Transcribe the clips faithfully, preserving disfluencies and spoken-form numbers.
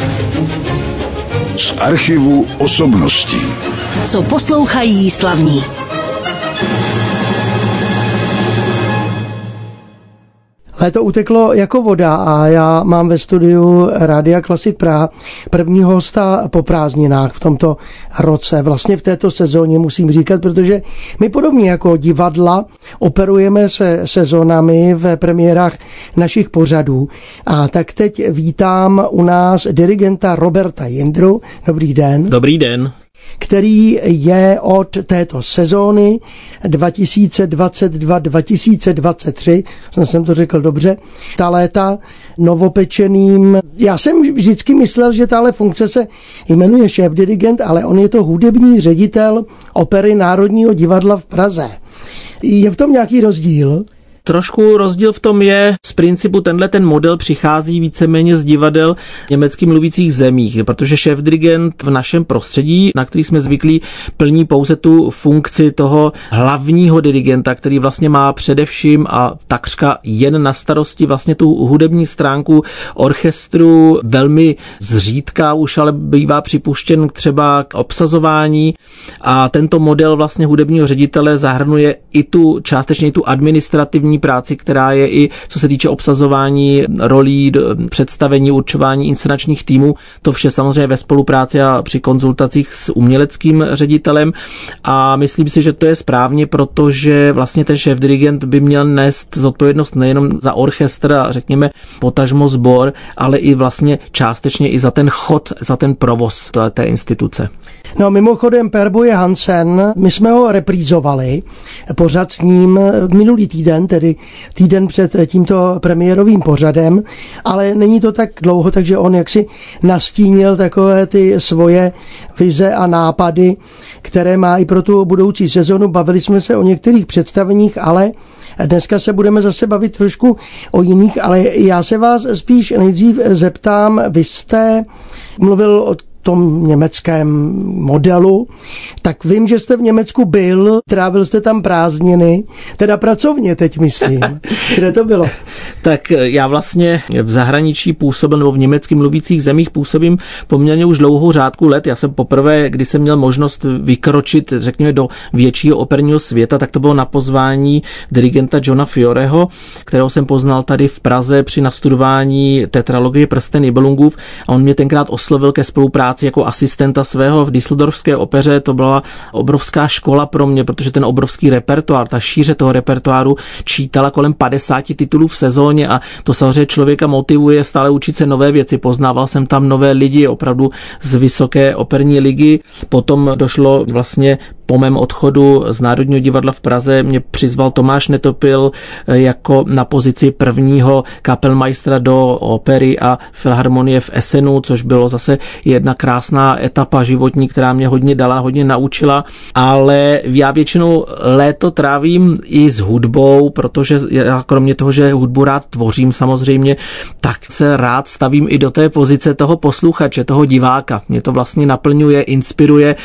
Z archivu osobností. Co poslouchají slavní. Léto uteklo jako voda a já mám ve studiu Rádia Klasik Praha prvního hosta po prázdninách v tomto roce. Vlastně v této sezóně musím říkat, protože my podobně jako divadla operujeme se sezónami v premiérách našich pořadů. A tak teď vítám u nás dirigenta Roberta Jindru. Dobrý den. Dobrý den. Který je od této sezóny dva tisíce dvacet dva dva tisíce dvacet tři, jsem to řekl dobře, ta léta novopečeným. Já jsem vždycky myslel, že tahle funkce se jmenuje šéfdirigent, ale on je to hudební ředitel Opery Národního divadla v Praze. Je v tom nějaký rozdíl? Trošku rozdíl v tom je, z principu tenhle ten model přichází víceméně z divadel německy mluvících zemích, protože šéfdirigent v našem prostředí, na který jsme zvyklí, plní pouze tu funkci toho hlavního dirigenta, který vlastně má především a takřka jen na starosti vlastně tu hudební stránku orchestru, velmi zřídka už ale bývá připuštěn třeba k obsazování a tento model vlastně hudebního ředitele zahrnuje i tu částečně i tu administrativní práci, která je i co se týče obsazování rolí, představení, určování inscenačních týmů, to vše samozřejmě ve spolupráci a při konzultacích s uměleckým ředitelem a myslím si, že to je správně, protože vlastně ten šéfdirigent by měl nést zodpovědnost nejenom za orchestr a řekněme potažmo sbor, ale i vlastně částečně i za ten chod, za ten provoz té instituce. No mimochodem Per Boje Hansen, my jsme ho reprízovali, pořad s ním minulý týden, tedy týden před tímto premiérovým pořadem, ale není to tak dlouho, takže on jaksi nastínil takové ty svoje vize a nápady, které má i pro tu budoucí sezonu. Bavili jsme se o některých představeních, ale dneska se budeme zase bavit trošku o jiných, ale já se vás spíš nejdřív zeptám, vy jste mluvil o tom německém modelu, tak vím, že jste v Německu byl, trávil jste tam prázdniny, teda pracovně teď myslím. Kde to bylo? Tak já vlastně v zahraničí působil, nebo v německy mluvících zemích působím poměrně už dlouhou řádku let. Já jsem poprvé, když jsem měl možnost vykročit, řekněme, do většího operního světa, tak to bylo na pozvání dirigenta Johna Fioreho, kterého jsem poznal tady v Praze při nastudování tetralogie Prsten Nibelungův a on mě tenkrát oslovil ke spolupráci jako asistenta svého v Düsseldorfské opeře. To byla obrovská škola pro mě, protože ten obrovský repertoár, ta šíře toho repertoáru čítala kolem padesáti titulů v sezóně a to samozřejmě člověka motivuje stále učit se nové věci. Poznával jsem tam nové lidi, opravdu z vysoké operní ligy. Potom došlo vlastně po mém odchodu z Národního divadla v Praze mě přizval Tomáš Netopil jako na pozici prvního kapelmeistera do opery a filharmonie v Essenu, což bylo zase jedna krásná etapa životní, která mě hodně dala, hodně naučila, ale já většinou léto trávím i s hudbou, protože já kromě toho, že hudbu rád tvořím samozřejmě, tak se rád stavím i do té pozice toho posluchače, toho diváka. Mě to vlastně naplňuje, inspiruje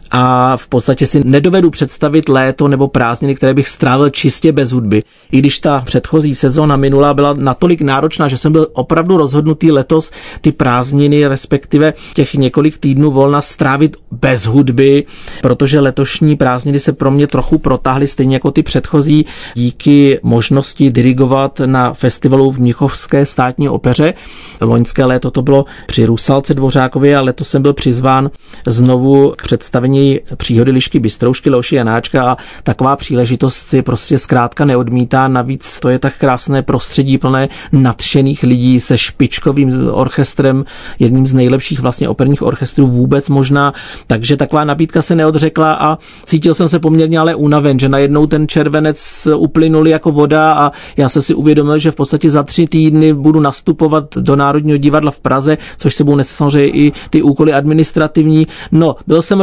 a v podstatě si nedovedu představit léto nebo prázdniny, které bych strávil čistě bez hudby. I když ta předchozí sezóna minulá byla natolik náročná, že jsem byl opravdu rozhodnutý letos ty prázdniny, respektive těch několik týdnů volna strávit bez hudby, protože letošní prázdniny se pro mě trochu protáhly stejně jako ty předchozí díky možnosti dirigovat na festivalu v Mnichovské státní opeře. Loňské léto to bylo při Rusalce Dvořákově a letos jsem byl přizván znovu k představení Příhody lišky Bystroušky Leoše Janáčka a taková příležitost si prostě zkrátka neodmítá. Navíc to je tak krásné prostředí plné nadšených lidí se špičkovým orchestrem, jedním z nejlepších vlastně operních orchestrů vůbec možná, takže taková nabídka se neodřekla a cítil jsem se poměrně ale unaven, že najednou ten červenec uplynul jako voda a já jsem si uvědomil, že v podstatě za tři týdny budu nastupovat do Národního divadla v Praze, což sebou nese samozřejmě i ty úkoly administrativní. No, byl jsem rozhodnutý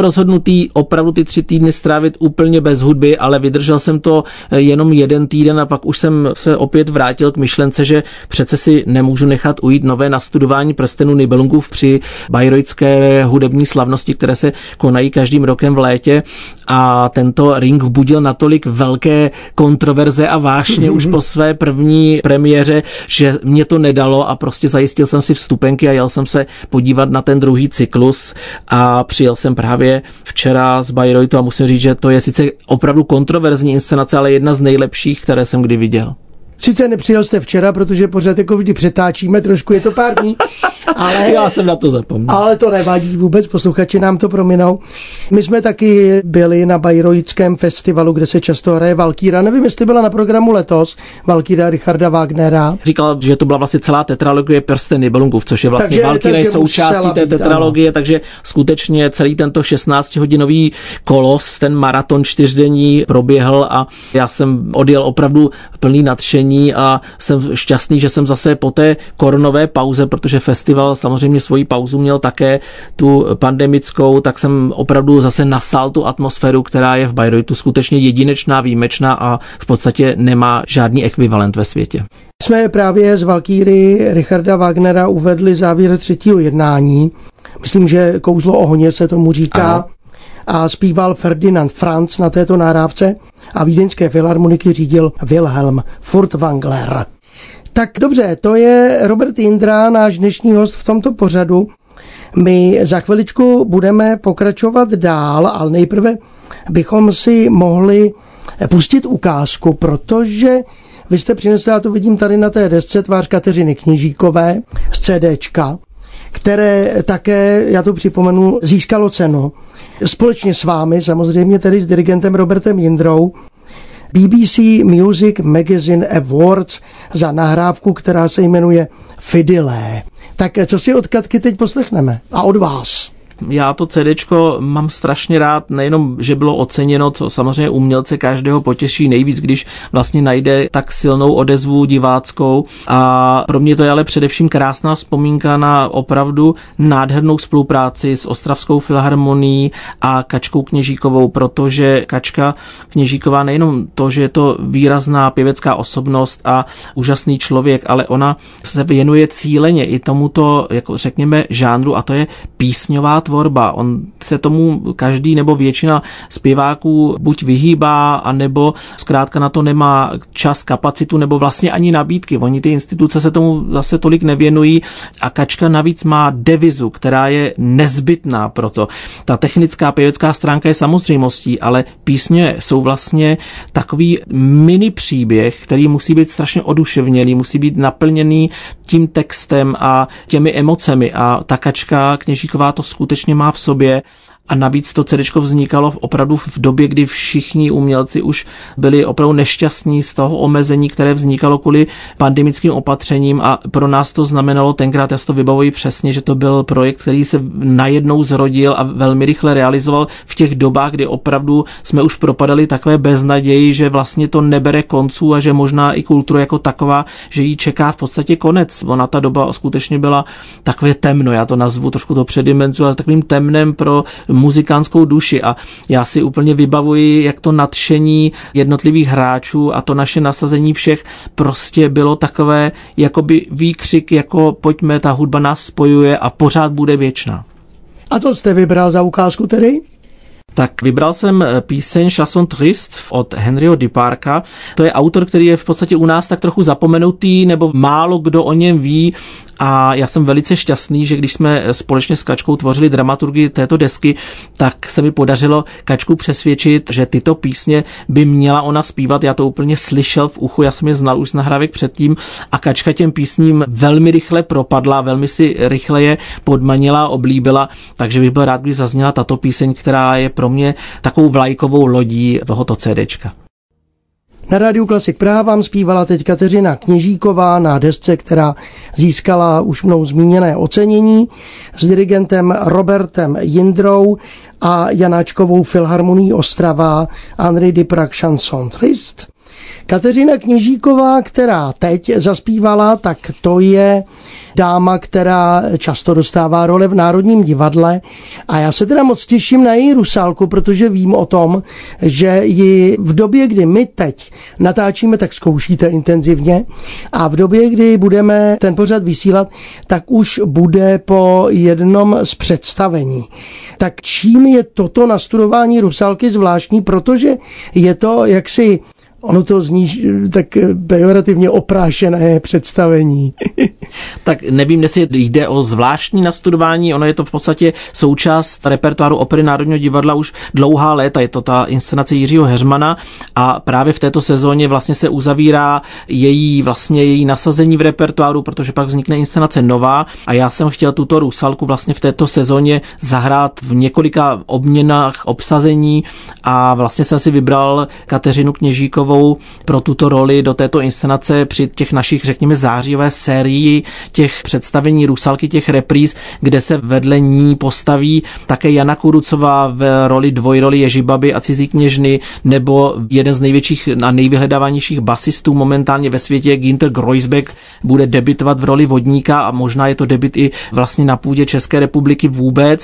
důležitý opravdu ty tři týdny strávit úplně bez hudby, ale vydržel jsem to jenom jeden týden a pak už jsem se opět vrátil k myšlence, že přece si nemůžu nechat ujít nové nastudování prstenů Nibelungův při bayreuthské hudební slavnosti, které se konají každým rokem v létě, a tento ring vbudil natolik velké kontroverze a vášně už po své první premiéře, že mě to nedalo a prostě zajistil jsem si vstupenky a jel jsem se podívat na ten druhý cyklus a přijel jsem právě včera z Bayreuthu a musím říct, že to je sice opravdu kontroverzní inscenace, ale jedna z nejlepších, které jsem kdy viděl. Sice nepřijel jste včera, protože pořád jako vždy přetáčíme, trošku je to pár dní, ale... Já jsem na to zapomněl. Ale to nevadí vůbec, posluchači nám to prominou. My jsme taky byli na Bayreutském festivalu, kde se často hraje Valkýra. Nevím, jestli byla na programu letos Valkýra Richarda Wagnera. Říkal, že to byla vlastně celá tetralogie Prsten Nibelungův, což je vlastně takže, Valkýra je součástí té tetralogie, ano. Takže skutečně celý tento šestnáctihodinový kolos, ten maraton čtyřdenní proběhl a já jsem odjel opravdu plný nadšení a jsem šťastný, že jsem zase po té koronové pauze, protože festival samozřejmě svoji pauzu měl také tu pandemickou, tak jsem opravdu zase nasál tu atmosféru, která je v Bayreuthu skutečně jedinečná, výjimečná a v podstatě nemá žádný ekvivalent ve světě. Jsme právě z Valkýry Richarda Wagnera uvedli závěr třetího jednání. Myslím, že Kouzlo ohně se tomu říká. Ano. A zpíval Ferdinand Franz na této nahrávce a vídeňské filharmoniky řídil Wilhelm Furtwängler. Tak dobře, to je Robert Jindra, náš dnešní host v tomto pořadu. My za chviličku budeme pokračovat dál, ale nejprve bychom si mohli pustit ukázku, protože vy jste přinesli, já to vidím tady na té desce, tvář Kateřiny Kněžíkové z CDčka, které také, já to připomenu, získalo cenu. Společně s vámi, samozřejmě tedy s dirigentem Robertem Jindrou, B B C Music Magazine Awards za nahrávku, která se jmenuje Fidilé. Tak co si od Katky teď poslechneme? A od vás? Já to CDčko mám strašně rád, nejenom, že bylo oceněno, co samozřejmě umělce každého potěší nejvíc, když vlastně najde tak silnou odezvu diváckou, a pro mě to je ale především krásná vzpomínka na opravdu nádhernou spolupráci s Ostravskou filharmonií a Kačkou Kněžíkovou, protože Kačka Kněžíková nejenom to, že je to výrazná pěvecká osobnost a úžasný člověk, ale ona se věnuje cíleně i tomuto, jako řekněme, žánru, a to je písňová tvorba. On se tomu každý nebo většina zpěváků buď vyhýbá, anebo zkrátka na to nemá čas, kapacitu, nebo vlastně ani nabídky. Oni ty instituce se tomu zase tolik nevěnují a Kačka navíc má devizu, která je nezbytná pro to. Ta technická pěvecká stránka je samozřejmostí, ale písně jsou vlastně takový mini příběh, který musí být strašně oduševnělý, musí být naplněný tím textem a těmi emocemi, a ta Kačka Kněžíková to skutečně má v sobě. A navíc to CDčko vznikalo opravdu v době, kdy všichni umělci už byli opravdu nešťastní z toho omezení, které vznikalo kvůli pandemickým opatřením, a pro nás to znamenalo tenkrát, já si to vybavuji přesně, že to byl projekt, který se najednou zrodil a velmi rychle realizoval v těch dobách, kdy opravdu jsme už propadali takové beznaději, že vlastně to nebere konců a že možná i kultura jako taková, že jí čeká v podstatě konec. Ona ta doba skutečně byla takové temno, já to nazvu trošku to předimenzu, ale takovým temnem pro muzikánskou duši, a já si úplně vybavuji, jak to nadšení jednotlivých hráčů a to naše nasazení všech prostě bylo takové jakoby výkřik, jako pojďme, ta hudba nás spojuje a pořád bude věčná. A to jste vybral za ukázku tedy? Tak vybral jsem píseň Chanson triste od Henryho Duparca. To je autor, který je v podstatě u nás tak trochu zapomenutý, nebo málo kdo o něm ví, a já jsem velice šťastný, že když jsme společně s Kačkou tvořili dramaturgii této desky, tak se mi podařilo Kačku přesvědčit, že tyto písně by měla ona zpívat. Já to úplně slyšel v uchu, já jsem je znal už z nahrávek předtím, a Kačka těm písním velmi rychle propadla, velmi si rychle je podmanila, oblíbila, takže bych byl rád, když zazněla tato píseň, která je pro mě takovou vlajkovou lodí tohoto CDčka. Na Rádiu Klasik Praha vám zpívala teď Kateřina Kněžíková na desce, která získala už mnou zmíněné ocenění, s dirigentem Robertem Jindrou a Janáčkovou filharmonií Ostrava Henry Duparc Chanson triste. Kateřina Kněžíková, která teď zaspívala, tak to je dáma, která často dostává role v Národním divadle a já se teda moc těším na její Rusálku, protože vím o tom, že ji v době, kdy my teď natáčíme, tak zkoušíte intenzivně a v době, kdy budeme ten pořad vysílat, tak už bude po jednom z představení. Tak čím je toto nastudování Rusálky zvláštní, protože je to jaksi ono to zní tak pejorativně oprášené představení. Tak nevím, jestli jde o zvláštní nastudování, ono je to v podstatě součást repertoáru Opery Národního divadla už dlouhá léta, je to ta inscenace Jiřího Heřmana a právě v této sezóně vlastně se uzavírá její vlastně její nasazení v repertoáru, protože pak vznikne inscenace nová a já jsem chtěl tuto Rusálku vlastně v této sezóně zahrát v několika obměnách obsazení a vlastně jsem si vybral Kateřinu Kněžíkovou pro tuto roli do této inscenace při těch našich, řekněme, zářijové sérii těch představení Rusálky, těch repríz, kde se vedle ní postaví také Jana Kurucová v roli dvojroli Ježibaby a Cizí kněžny, nebo jeden z největších a nejvyhledávanějších basistů momentálně ve světě, Günter Groisbeck, bude debitovat v roli vodníka a možná je to debit i vlastně na půdě České republiky vůbec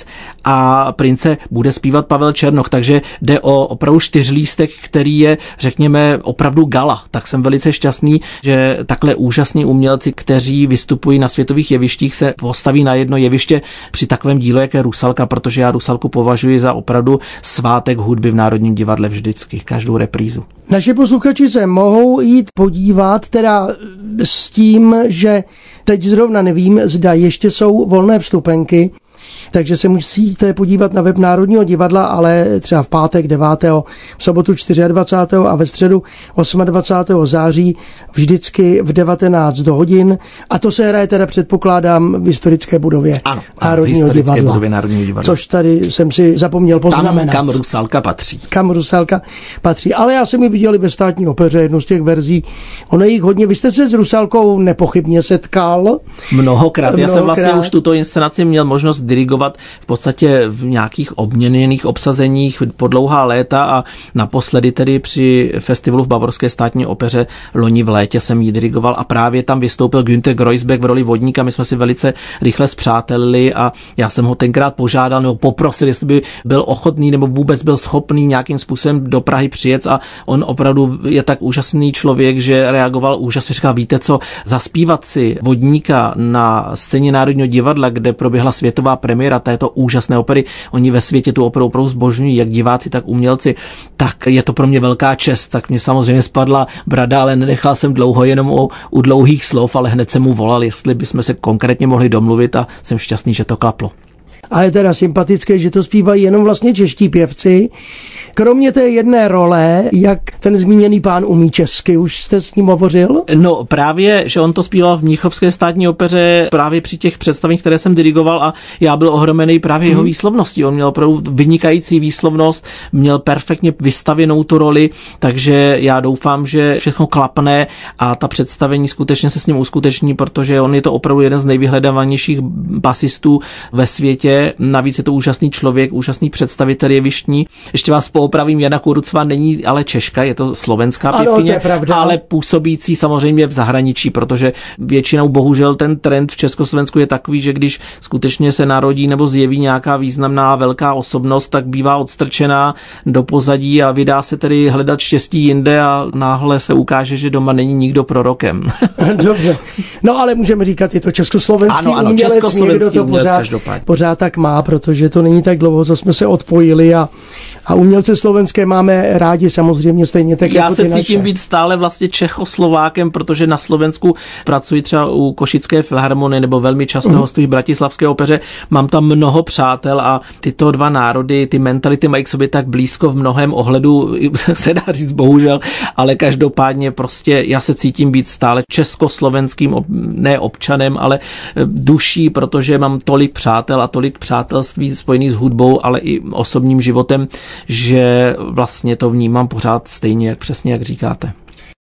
a prince bude zpívat Pavel Černoch, takže jde o opravdu čtyřlístek, který je, řekněme, opravdu gala. Tak jsem velice šťastný, že takhle úžasní umělci, kteří vystupují na světových jevištích, se postaví na jedno jeviště při takovém díle, jak je Rusálka, protože já Rusálku považuji za opravdu svátek hudby v Národním divadle vždycky, každou reprízu. Naši posluchači se mohou jít podívat, teda s tím, že teď zrovna nevím, zda ještě jsou volné vstupenky, takže se musíte podívat na web Národního divadla, ale třeba v pátek devátého v sobotu dvacátého čtvrtého a ve středu dvacátého osmého září vždycky v devatenáct hodin a to se hraje teda předpokládám v historické budově ano, Národního, ano, divadla, budově Národního divadla. Což tady jsem si zapomněl poznamenat. Tam, kam Rusálka patří. Kam Rusálka patří. Ale já jsem ji viděl ve Státní opeře, jednu z těch verzí. Ono je jich hodně. Vy jste se s Rusálkou nepochybně setkal. Mnohokrát. Já Mnohokrát. jsem vlastně už tuto inscenaci měl možnost dirigovat v podstatě v nějakých obměněných obsazeních po dlouhá léta a naposledy tedy při festivalu v Bavorské státní opeře loni v létě jsem ji dirigoval a právě tam vystoupil Günter Groisbeck v roli vodníka. My jsme si velice rychle spřátelili a já jsem ho tenkrát požádal nebo poprosil, jestli by byl ochotný nebo vůbec byl schopný nějakým způsobem do Prahy přijet a on opravdu je tak úžasný člověk, že reagoval úžasně. Říkal, víte co, zaspívat si vodníka na scéně Národního divadla, kde proběhla světová premiéra této úžasné opery, oni ve světě tu operu opravdu zbožňují, jak diváci, tak umělci, tak je to pro mě velká čest, tak mě samozřejmě spadla brada, ale nenechal jsem dlouho jenom o, u dlouhých slov, ale hned jsem mu volal, jestli bychom se konkrétně mohli domluvit a jsem šťastný, že to klaplo. A je teda sympatické, že to zpívají jenom vlastně čeští pěvci. Kromě té jedné role, jak ten zmíněný pán umí česky, už jste s ním hovořil? No právě, že on to zpíval v Mnichovské státní opeře právě při těch představeních, které jsem dirigoval a já byl ohromený právě hmm. jeho výslovností. On měl opravdu vynikající výslovnost, měl perfektně vystavěnou tu roli, takže já doufám, že všechno klapne a ta představení skutečně se s ním uskuteční, protože on je to opravdu jeden z nejvyhledávanějších basistů ve světě. Navíc je to úžasný člověk, úžasný představitel jevištní. Ještě vás poopravím, Jana Kurucová není ale Češka, je to slovenská pěvkyně, ale působící samozřejmě v zahraničí, protože většinou bohužel ten trend v Československu je takový, že když skutečně se narodí nebo zjeví nějaká významná velká osobnost, tak bývá odstrčená do pozadí a vydá se tedy hledat štěstí jinde a náhle se ukáže, že doma není nikdo prorokem. Dobře. No ale můžeme říkat, je to československý ano, ano, umělec, československý někdo to umělec, pořád, pořád tak má, protože to není tak dlouho, co jsme se odpojili a, a umělce slovenské máme rádi samozřejmě stejně tak Já jako se ty cítím naše. být stále vlastně Čechoslovákem, protože na Slovensku pracuji třeba u Košické filharmonie nebo velmi často mm. hostuji v Bratislavské opeře. Mám tam mnoho přátel a tyto dva národy, ty mentality mají k sobě tak blízko v mnohém ohledu, se dá říct bohužel, ale každopádně prostě já se cítím být stále československým, ne občanem, ale duší, protože mám tolik přátel a tolik přátelství spojených s hudbou, ale i osobním životem, že vlastně to vnímám pořád stejně, jak přesně jak říkáte.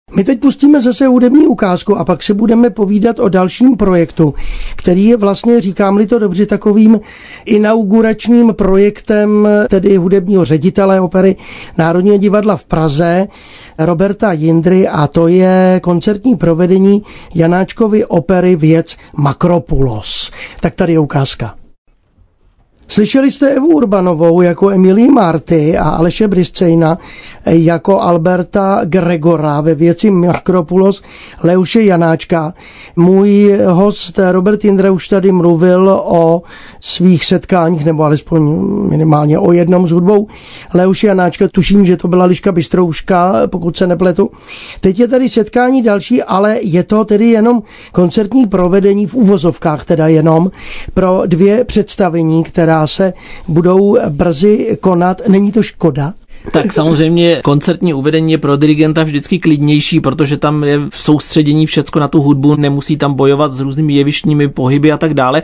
My teď pustíme zase hudební ukázku a pak si budeme povídat o dalším projektu, který je vlastně, říkám-li to dobře, takovým inauguračním projektem tedy hudebního ředitele opery Národního divadla v Praze, Roberta Jindry, a to je koncertní provedení Janáčkovy opery Věc Makropulos. Tak tady je ukázka. Slyšeli jste Evu Urbanovou jako Emilii Marty a Aleše Briscejna jako Alberta Gregora ve Věci Makropulos Leoše Janáčka. Můj host Robert Jindra už tady mluvil o svých setkáních, nebo alespoň minimálně o jednom s hudbou Leoše Janáčka. Tuším, že to byla Liška Bystrouška, pokud se nepletu. Teď je tady setkání další, ale je to tedy jenom koncertní provedení v uvozovkách, teda jenom pro dvě představení, která se budou brzy konat. Není to škoda? Tak samozřejmě koncertní uvedení je pro dirigenta vždycky klidnější, protože tam je v soustředění všecko na tu hudbu, nemusí tam bojovat s různými jevištními pohyby a tak dále.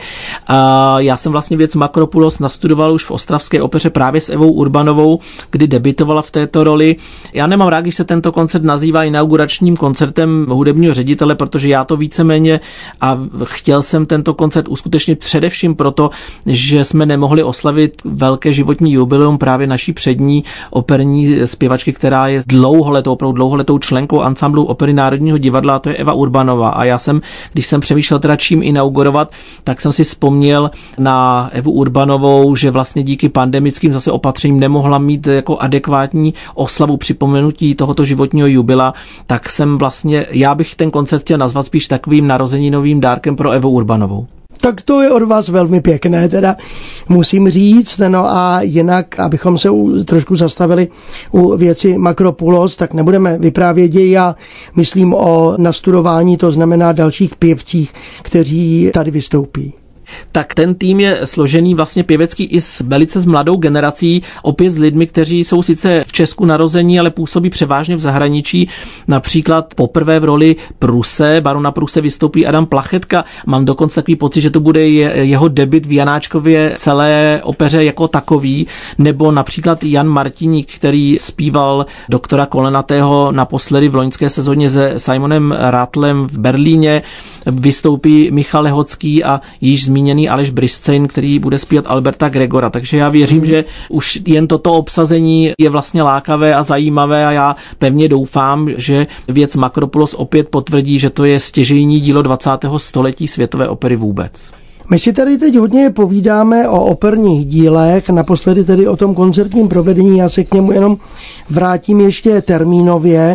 A já jsem vlastně Věc Makropulos nastudoval už v ostravské opeře právě s Evou Urbanovou, kdy debitovala v této roli. Já nemám rád, když se tento koncert nazývá inauguračním koncertem hudebního ředitele, protože já to víceméně a chtěl jsem tento koncert uskutečnit především proto, že jsme nemohli oslavit velké životní jubileum právě naší přední operní zpěvačky, která je dlouholetou, opravdu dlouholetou členkou ansamblu Opery Národního divadla, a to je Eva Urbanová. A já jsem, když jsem přemýšlel teda čím inaugurovat, tak jsem si vzpomněl na Evu Urbanovou, že vlastně díky pandemickým zase opatřením nemohla mít jako adekvátní oslavu připomenutí tohoto životního jubila, tak jsem vlastně, já bych ten koncert chtěl nazvat spíš takovým narozeninovým dárkem pro Evu Urbanovou. Tak to je od vás velmi pěkné, teda musím říct. No a jinak, abychom se u, trošku zastavili u Věci Makropulos, tak nebudeme vyprávět děj. Já myslím o nastudování, to znamená dalších pěvcích, kteří tady vystoupí. Tak ten tým je složený vlastně pěvecký i s velice s mladou generací, opět s lidmi, kteří jsou sice v Česku narození, ale působí převážně v zahraničí. Například poprvé v roli Pruse, barona Pruse, vystoupí Adam Plachetka. Mám dokonce takový pocit, že to bude je, jeho debut v Janáčkově celé opeře jako takový, nebo například Jan Martiník, který zpíval doktora Kolenatého naposledy v loňské sezóně se Simonem Rattlem v Berlíně. Vystoupí Michal Lehocký a již zmíněný Aleš Briscejn, který bude zpívat Alberta Gregora. Takže já věřím, že už jen toto obsazení je vlastně lákavé a zajímavé a já pevně doufám, že Věc Makropulos opět potvrdí, že to je stěžejní dílo dvacátého století světové opery vůbec. My si tady teď hodně povídáme o operních dílech, naposledy tedy o tom koncertním provedení, já se k němu jenom vrátím ještě termínově.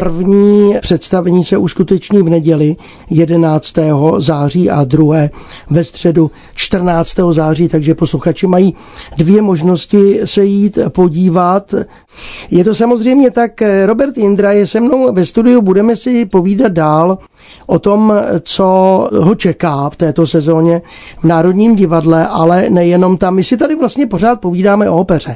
První představení se uskuteční v neděli jedenáctého září a druhé ve středu čtrnáctého září, takže posluchači mají dvě možnosti se jít podívat. Je to samozřejmě tak, Robert Jindra je se mnou ve studiu, budeme si povídat dál o tom, co ho čeká v této sezóně v Národním divadle, ale nejenom tam. My si tady vlastně pořád povídáme o opeře,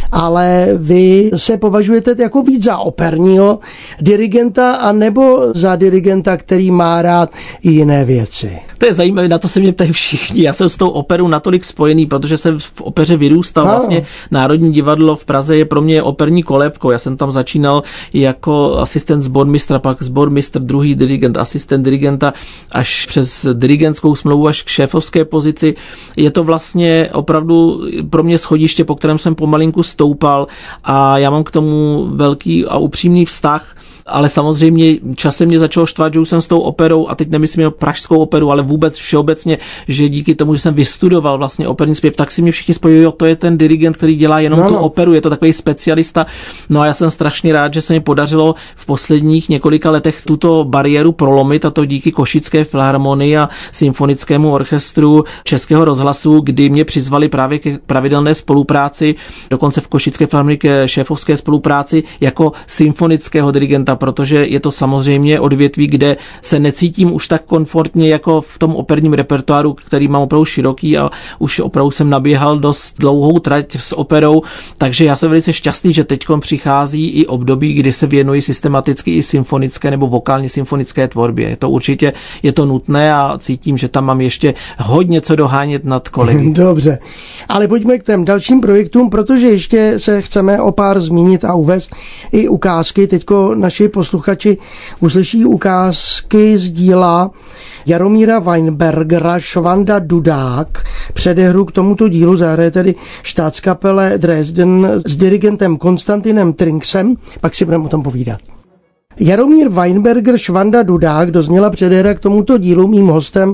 ale vy se považujete jako víc za operního dirigenta a nebo za dirigenta, který má rád i jiné věci? To je zajímavé, na to se mě ptají všichni. Já jsem s tou operou natolik spojený, protože jsem v opeře vyrůstal. No. Vlastně Národní divadlo v Praze je pro mě operní kolébkou. Já jsem tam začínal jako asistent sbormistra, pak sbormistr, druhý dirigent, asistent dirigenta, až přes dirigentskou smlouvu až k šéfovské pozici. Je to vlastně opravdu pro mě schodiště, po kterém jsem pomalinku stoupal a já mám k tomu velký a upřímný vztah. Ale samozřejmě časem mě začalo štvat, že už jsem s tou operou, a teď nemyslím jen pražskou operu, ale vůbec všeobecně, že díky tomu, že jsem vystudoval vlastně operní zpěv, tak si mě všichni spojují, jo, to je ten dirigent, který dělá jenom no, tu no. operu, je to takový specialista. No a já jsem strašně rád, že se mi podařilo v posledních několika letech tuto bariéru prolomit, a to díky Košické filharmonii a symfonickému orchestru Českého rozhlasu, kdy mě přizvali právě k pravidelné spolupráci, dokonce v Košické filharmonii k šéfovské spolupráci jako symfonického dirigenta, protože je to samozřejmě odvětví, kde se necítím už tak komfortně jako v tom operním repertoáru, který mám opravdu široký a už opravdu jsem naběhal dost dlouhou trať s operou, takže já jsem velice šťastný, že teď přichází i období, kdy se věnuji systematicky i symfonické nebo vokálně symfonické tvorbě. Je to určitě, je to nutné a cítím, že tam mám ještě hodně co dohánět nad kolegy. Dobře, ale pojďme k těm dalším projektům, protože ještě se chceme o pár zmínit představit a uvést i ukázky. Teďko naši posluchači uslyší ukázky z díla Jaromíra Weinbergera Švanda Dudák. Předehru k tomuto dílu zahraje tedy Staatskapelle Dresden s dirigentem Konstantinem Trinksem, pak si budeme o tom povídat. Jaromír Weinberger Švanda Dudák, dozněla předehra k tomuto dílu. Mým hostem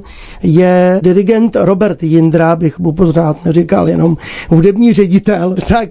je dirigent Robert Jindra, bych mu pořád neříkal jenom hudební ředitel. Tak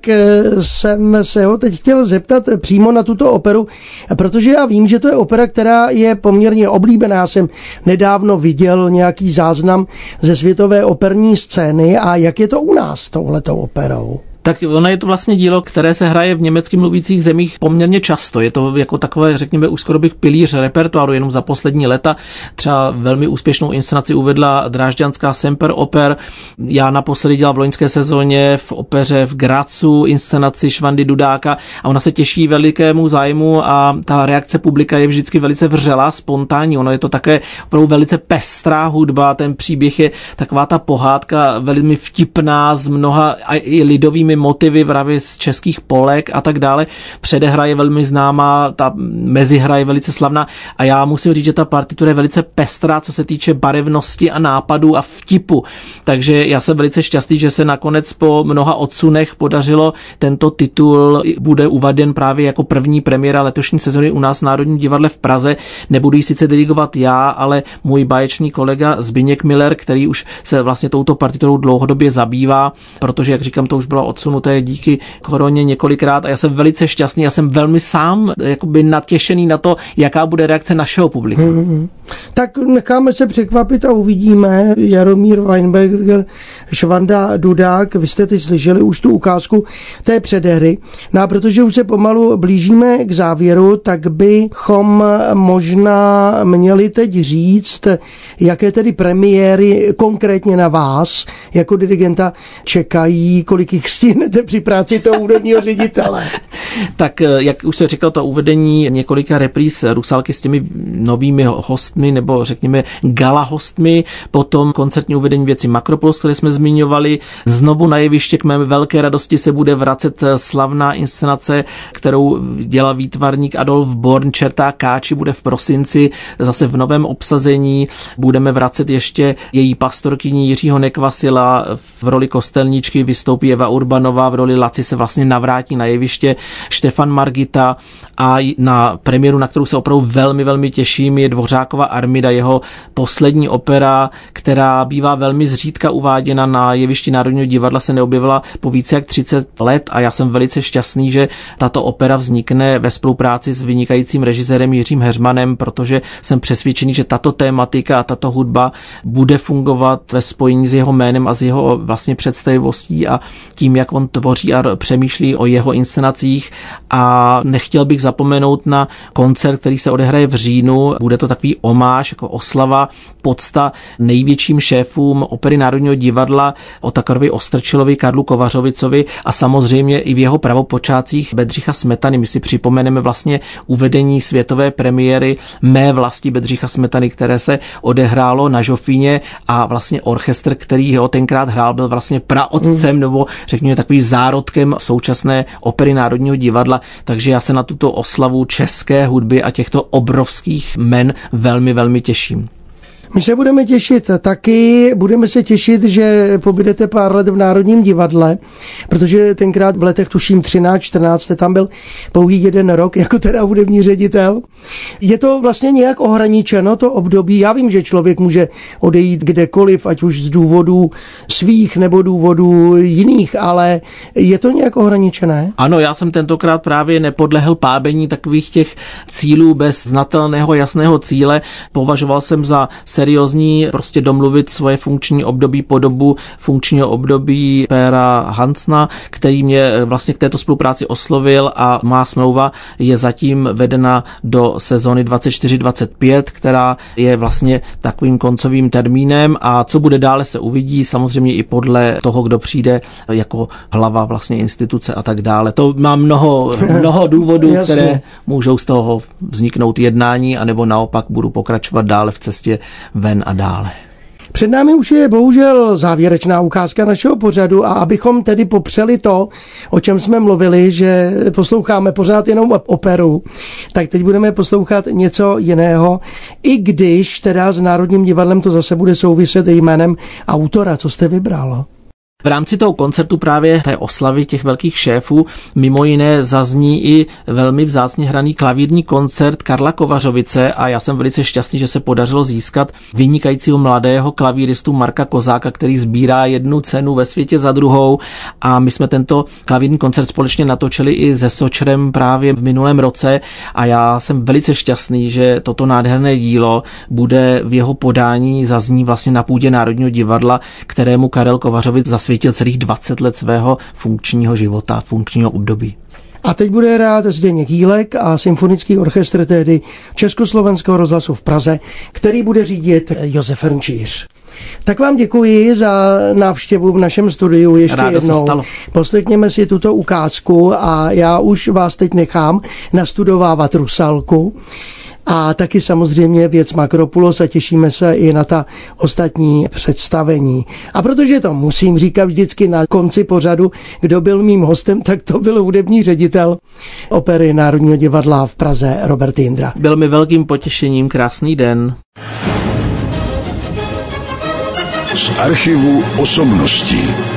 jsem se ho teď chtěl zeptat přímo na tuto operu, protože já vím, že to je opera, která je poměrně oblíbená. Já jsem nedávno viděl nějaký záznam ze světové operní scény a jak je to u nás s touhletou operou? Tak ono je to vlastně dílo, které se hraje v německy mluvících zemích poměrně často. Je to jako takové, řekněme, už skoro bych pilíř repertoáru jenom za poslední léta. Třeba velmi úspěšnou inscenaci uvedla drážďanská Semperoper. Já naposledy dělal v loňské sezóně v opeře v Grazu inscenaci Švandy Dudáka a ona se těší velikému zájmu a ta reakce publika je vždycky velice vřelá, spontánní. Ono je to také opravdu velice pestrá hudba, ten příběh je taková ta pohádka velmi vtipná s mnoha i lidovými motivy právě z českých polek a tak dále. Předehra je velmi známá, ta mezihra je velice slavná a já musím říct, že ta partitura je velice pestrá, co se týče barevnosti a nápadů a vtipu. Takže já jsem velice šťastný, že se nakonec po mnoha odsunech podařilo tento titul bude uveden právě jako první premiéra letošní sezony u nás v Národním divadle v Praze. Nebudu ji sice dirigovat já, ale můj báječný kolega Zbyněk Miller, který už se vlastně touto partiturou dlouhodobě zabývá, protože, jak říkám, to už bylo odsunuté díky koroně několikrát a já jsem velice šťastný, já jsem velmi sám jakoby natěšený na to, jaká bude reakce našeho publika. Hmm. Tak necháme se překvapit a uvidíme. Jaromír Weinberger, Švanda Dudák, vy jste teď slyšeli už tu ukázku té předehry. No a protože už se pomalu blížíme k závěru, tak bychom možná měli teď říct, jaké tedy premiéry konkrétně na vás jako dirigenta čekají, kolik jich stihnete při práci toho hudebního ředitele. Tak jak už se říkal, to uvedení několika repríz Rusalky s těmi novými hostmi, nebo řekněme gala hostmi, potom koncertní uvedení věci Makropolis, které jsme zmiňovali. Znovu na jeviště k mé velké radosti se bude vracet slavná inscenace, kterou dělal výtvarník Adolf Born, Čertá Káči, bude v prosinci zase v novém obsazení. Budeme vracet ještě její pastorkyni Jiřího Nekvasila, v roli kostelníčky vystoupí Eva Urbanová, v roli Laci se vlastně navrátí na jeviště Štefan Margita a na premiéru, na kterou se opravdu velmi, velmi těším, je Dvořákova Armida, jeho poslední opera, která bývá velmi zřídka uváděna na jevišti Národního divadla, se neobjevila po více jak třicet let a já jsem velice šťastný, že tato opera vznikne ve spolupráci s vynikajícím režisérem Jiřím Heřmanem, protože jsem přesvědčený, že tato tématika a tato hudba bude fungovat ve spojení s jeho jménem a s jeho vlastně představivostí a tím, jak on tvoří a přemýšlí o jeho inscenacích. A nechtěl bych zapomenout na koncert, který se odehraje v říjnu. Bude to takový omáš, jako oslava, pocta největším šéfům opery Národního divadla Otakorovi Ostrčilovi, Karlu Kovařovicovi a samozřejmě i v jeho pravopočátcích Bedřicha Smetany. My si připomeneme vlastně uvedení světové premiéry Mé vlasti Bedřicha Smetany, které se odehrálo na Žofíně a vlastně orchestr, který ho tenkrát hrál, byl vlastně praotcem nebo řekněme takový zárodkem současné opery Národního divadla, takže já se na tuto oslavu české hudby a těchto obrovských men velmi, velmi těším. My se budeme těšit taky, budeme se těšit, že pobydete pár let v Národním divadle, protože tenkrát v letech tuším třináct čtrnáct jste tam byl pouhý jeden rok, jako teda hudební ředitel. Je to vlastně nějak ohraničeno, to období? Já vím, že člověk může odejít kdekoliv, ať už z důvodů svých nebo důvodů jiných, ale je to nějak ohraničené? Ano, já jsem tentokrát právě nepodlehl pábení takových těch cílů bez znatelného jasného cíle. Považoval jsem za seriózní prostě domluvit svoje funkční období po dobu funkčního období Péra Hansna, který mě vlastně k této spolupráci oslovil a má smlouva je zatím vedena do sezóny dvacet čtyři dvacet pět, která je vlastně takovým koncovým termínem a co bude dále se uvidí, samozřejmě i podle toho, kdo přijde jako hlava vlastně instituce a tak dále. To má mnoho, mnoho důvodů, které můžou z toho vzniknout jednání, anebo naopak budu pokračovat dále v cestě ven a dále. Před námi už je bohužel závěrečná ukázka našeho pořadu a abychom tedy popřeli to, o čem jsme mluvili, že posloucháme pořád jenom operu, tak teď budeme poslouchat něco jiného, i když teda s Národním divadlem to zase bude souviset jménem autora. Co jste vybral? V rámci toho koncertu právě té oslavy těch velkých šéfů mimo jiné zazní i velmi vzácně hraný klavírní koncert Karla Kovařovice a já jsem velice šťastný, že se podařilo získat vynikajícího mladého klavíristu Marka Kozáka, který sbírá jednu cenu ve světě za druhou a my jsme tento klavírní koncert společně natočili i se Sočrem právě v minulém roce a já jsem velice šťastný, že toto nádherné dílo bude v jeho podání zazní vlastně na půdě Národního divadla, kterému Karel Kovařovic zasvětil celých dvacet let svého funkčního života, funkčního období. A teď bude hrát Zdeněk Jílek a symfonický orchestr tehdy Československého rozhlasu v Praze, který bude řídit Josef Hrnčíř. Tak vám děkuji za návštěvu v našem studiu ještě Rádo jednou. Poslechněme si tuto ukázku a já už vás teď nechám nastudovávat Rusalku. A taky samozřejmě věc Makropulos a těšíme se i na ta ostatní představení. A protože to musím říkat vždycky na konci pořadu, kdo byl mým hostem, tak to byl hudební ředitel opery Národního divadla v Praze Robert Jindra. Byl mi velkým potěšením, krásný den. Z archivu osobností.